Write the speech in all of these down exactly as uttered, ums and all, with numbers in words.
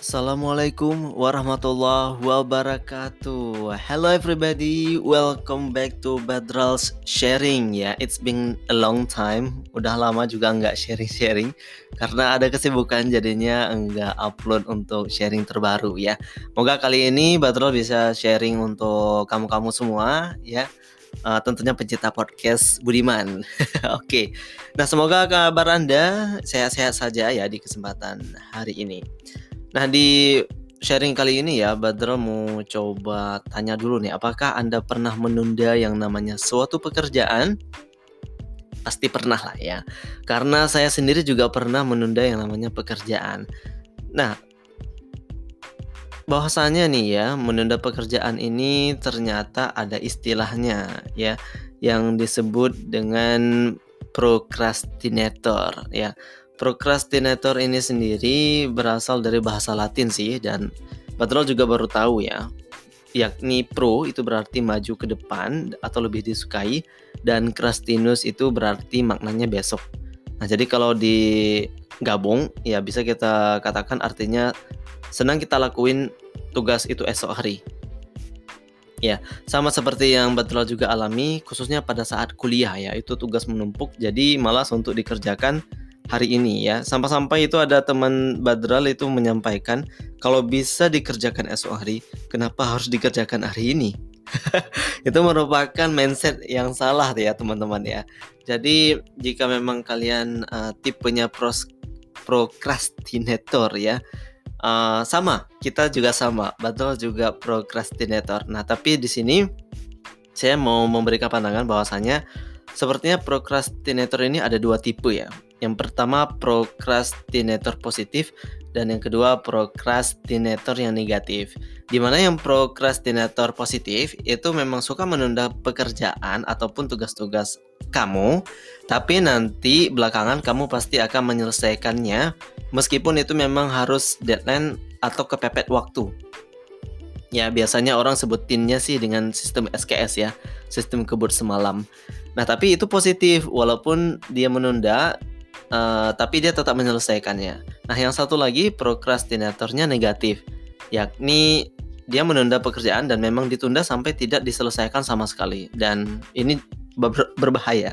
Assalamualaikum warahmatullahi wabarakatuh. Hello everybody, welcome back to Badral's Sharing ya. It's been a long time, udah lama juga nggak sharing-sharing karena ada kesibukan jadinya nggak upload untuk sharing terbaru ya. Moga kali ini Badral bisa sharing untuk kamu-kamu semua ya. Uh, tentunya pencinta podcast Budiman. Oke, okay. Nah semoga kabar Anda sehat-sehat saja ya di kesempatan hari ini. Nah di sharing kali ini ya Badral mau coba tanya dulu nih, apakah Anda pernah menunda yang namanya suatu pekerjaan? Pasti pernah lah ya, karena saya sendiri juga pernah menunda yang namanya pekerjaan. Nah bahwasanya nih ya, menunda pekerjaan ini ternyata ada istilahnya ya, yang disebut dengan procrastinator ya. Procrastinator ini sendiri berasal dari bahasa Latin sih, dan Badral juga baru tahu ya, yakni pro itu berarti maju ke depan atau lebih disukai, dan crastinus itu berarti maknanya besok. Nah jadi kalau digabung ya bisa kita katakan artinya senang kita lakuin tugas itu esok hari. Ya, sama seperti yang Badral juga alami, khususnya pada saat kuliah ya, itu tugas menumpuk, jadi malas untuk dikerjakan hari ini ya. Sampai-sampai itu ada teman Badral itu menyampaikan, kalau bisa dikerjakan esok hari, kenapa harus dikerjakan hari ini? Itu merupakan mindset yang salah ya teman-teman ya. Jadi jika memang kalian uh, tipenya pros procrastinator ya, Uh, sama, kita juga sama, Badral juga procrastinator. Nah, tapi di sini saya mau memberikan pandangan bahwasanya sepertinya procrastinator ini ada dua tipe ya. Yang pertama procrastinator positif dan yang kedua procrastinator yang negatif. Dimana yang procrastinator positif itu memang suka menunda pekerjaan ataupun tugas-tugas kamu, tapi nanti belakangan kamu pasti akan menyelesaikannya meskipun itu memang harus deadline atau kepepet waktu. Ya biasanya orang sebutinnya sih dengan sistem S K S ya, sistem kebut semalam. Nah tapi itu positif, walaupun dia menunda uh, tapi dia tetap menyelesaikannya. Nah yang satu lagi prokrastinatornya negatif, yakni dia menunda pekerjaan dan memang ditunda sampai tidak diselesaikan sama sekali, dan ini ber- berbahaya.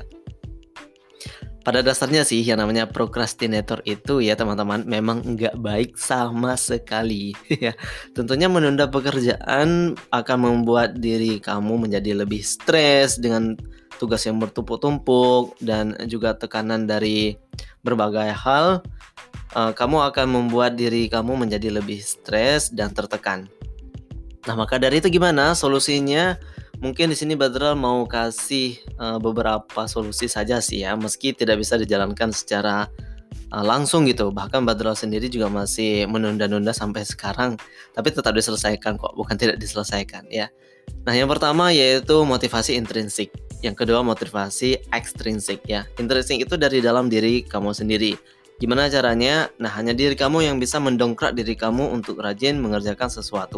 Pada dasarnya sih yang namanya procrastinator itu ya teman-teman memang nggak baik sama sekali ya. Tentunya menunda pekerjaan akan membuat diri kamu menjadi lebih stres dengan tugas yang bertumpuk-tumpuk dan juga tekanan dari berbagai hal. Uh, kamu akan membuat diri kamu menjadi lebih stres dan tertekan. Nah maka dari itu gimana solusinya? Mungkin di sini Badral mau kasih uh, beberapa solusi saja sih ya, meski tidak bisa dijalankan secara uh, langsung gitu. Bahkan Badral sendiri juga masih menunda-nunda sampai sekarang, tapi tetap diselesaikan kok, bukan tidak diselesaikan ya. Nah yang pertama yaitu motivasi intrinsik, yang kedua motivasi ekstrinsik ya. Intrinsik itu dari dalam diri kamu sendiri. Gimana caranya? Nah hanya diri kamu yang bisa mendongkrak diri kamu untuk rajin mengerjakan sesuatu.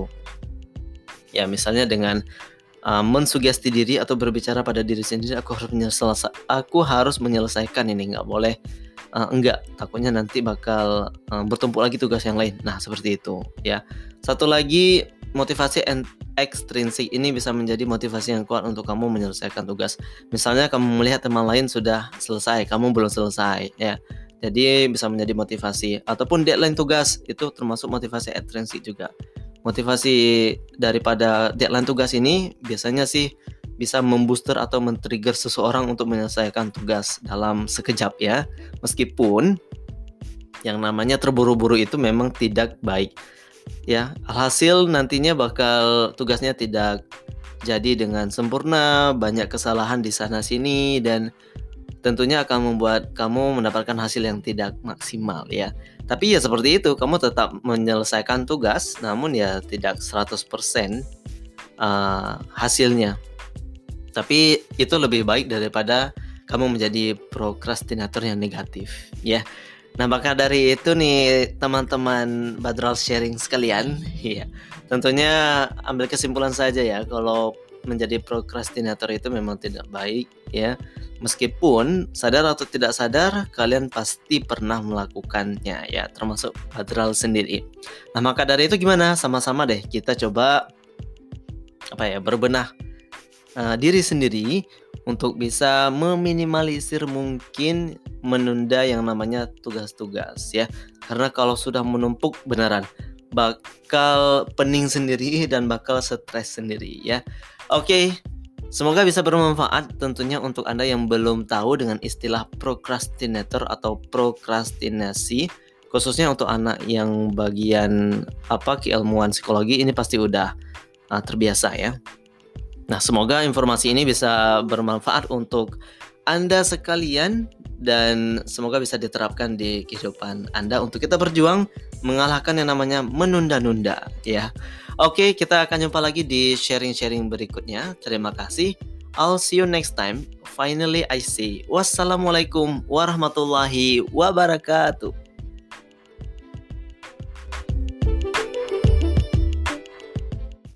Ya misalnya dengan Uh, mensugesti diri atau berbicara pada diri sendiri, aku harus menyelesa- aku harus menyelesaikan ini, nggak boleh uh, enggak, takutnya nanti bakal uh, bertumpuk lagi tugas yang lain. Nah seperti itu ya. Satu lagi motivasi ekstrinsik ini bisa menjadi motivasi yang kuat untuk kamu menyelesaikan tugas. Misalnya kamu melihat teman lain sudah selesai, kamu belum selesai ya, jadi bisa menjadi motivasi. Ataupun deadline tugas itu termasuk motivasi ekstrinsik juga. Motivasi daripada deadline tugas ini biasanya sih bisa membooster atau men-trigger seseorang untuk menyelesaikan tugas dalam sekejap ya. Meskipun yang namanya terburu-buru itu memang tidak baik. Ya, alhasil nantinya bakal tugasnya tidak jadi dengan sempurna, banyak kesalahan di sana sini, dan tentunya akan membuat kamu mendapatkan hasil yang tidak maksimal ya. Tapi ya seperti itu, kamu tetap menyelesaikan tugas, namun ya tidak seratus persen uh, hasilnya. Tapi itu lebih baik daripada kamu menjadi prokrastinator yang negatif ya. Nah maka dari itu nih teman-teman Badral sharing sekalian ya, tentunya ambil kesimpulan saja ya, kalau menjadi prokrastinator itu memang tidak baik ya. Meskipun sadar atau tidak sadar kalian pasti pernah melakukannya ya, termasuk Badral sendiri. Nah, maka dari itu gimana? Sama-sama deh kita coba apa ya, berbenah uh, diri sendiri untuk bisa meminimalisir mungkin menunda yang namanya tugas-tugas ya. Karena kalau sudah menumpuk beneran bakal pening sendiri dan bakal stres sendiri ya. Oke, semoga bisa bermanfaat tentunya untuk Anda yang belum tahu dengan istilah procrastinator atau prokrastinasi, khususnya untuk anak yang bagian apa keilmuan psikologi ini pasti udah uh, terbiasa ya. Nah, semoga informasi ini bisa bermanfaat untuk Anda sekalian dan semoga bisa diterapkan di kehidupan Anda untuk kita berjuang mengalahkan yang namanya menunda-nunda ya. Oke, kita akan jumpa lagi di sharing-sharing berikutnya. Terima kasih. I'll see you next time. Finally I say wassalamualaikum warahmatullahi wabarakatuh.